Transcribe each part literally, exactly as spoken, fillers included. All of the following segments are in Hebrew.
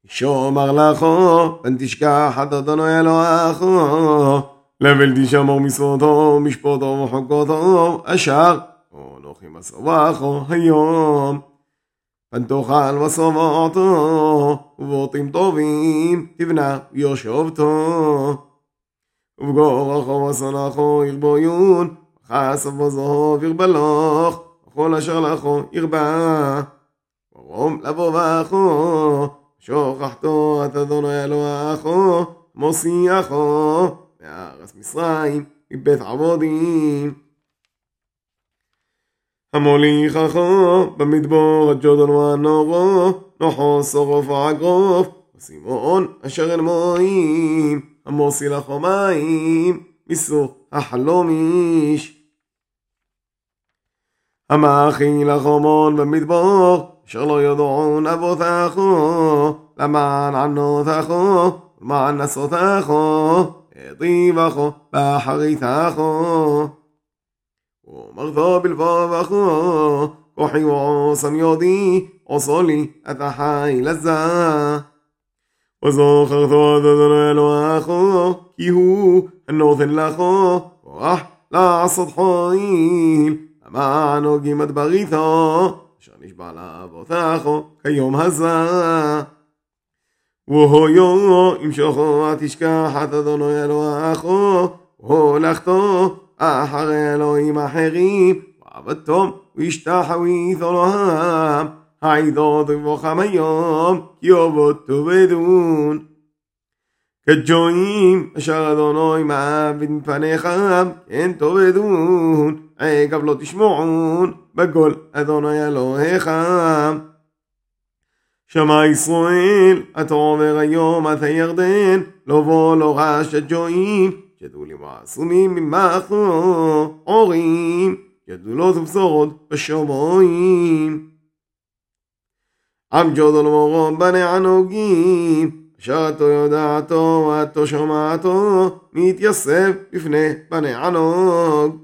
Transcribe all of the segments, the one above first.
שומר לכו, פן תשכח את אדוני אלוהיכו, לבל תשמור מצוותו, משפטו וחוקותו, אשר אנוכי מסובכו היום. פן תאכל ושבעתו, ובוטים טובים תבנה ויושבתו. ובגורחו ושנאכו ירבו יון, וכסף וזהב ירבה לך, וכל אשר לכו ירבה. ורום לבובכו, שוכחתו את אדוני אלוהיכו, מוציאכו מארץ מצרים, מבית עבדים. המוליככו במדבר את ג'ודן והנורו, נחוס שרוף ועגרוף, וסימון אשר אל מים, המוציא לכו מים, מסוך החלומיש. המאכיל לכו מון במדבר, אשר לא יודעון אבותיכו, למען ענותיכו, ולמען נסותיכו, הטיבכו באחריתכו. ומרתו בלבבכו, כוחי ועושם ידי, עושו לי את החיל הזה. וזוכרתו את אדוני אלוהיכו, כי הוא הנותן לכו, כוח לעשות חיל, למען נוגעים את בריתו, אשר נשבע לאבותיכו כיום הזה. והויו ימשוכו תשכח את אדוני אלוהיכו, והולכתו אחרי אלוהים אחרים, ועבדתם והשתחוויתו להם, העידות ובוכם היום, כי עבדתו בדון. כג'ויים אשר אדוני מעבד מפניכם, כן תאבדון, עקב לא תשמעון, בקול אדוני אלוהיכם. שמע ישראל, אתה עובר היום את הירדן, לא בוא לא רעש הג'ויים, גדולים ועצומים ממכו, עורים, גדולות ובשורות בשמיים. עם ג'ודל מורום בני ענוגים, אשר אתו יודעתו ואתו שומעתו, מתייסף לפני בני ענוג.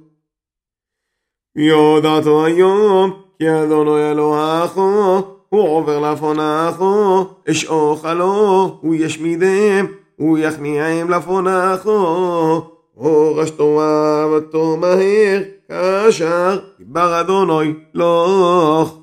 יודעתו היום, כי אדוני אלוהיכו, הוא עובר לפונכו, אשאוך לו, הוא ישמידם, הוא יכניעם לפונכו, הורשתו ועבדתו מהר, כאשר דיבר אדוני לך.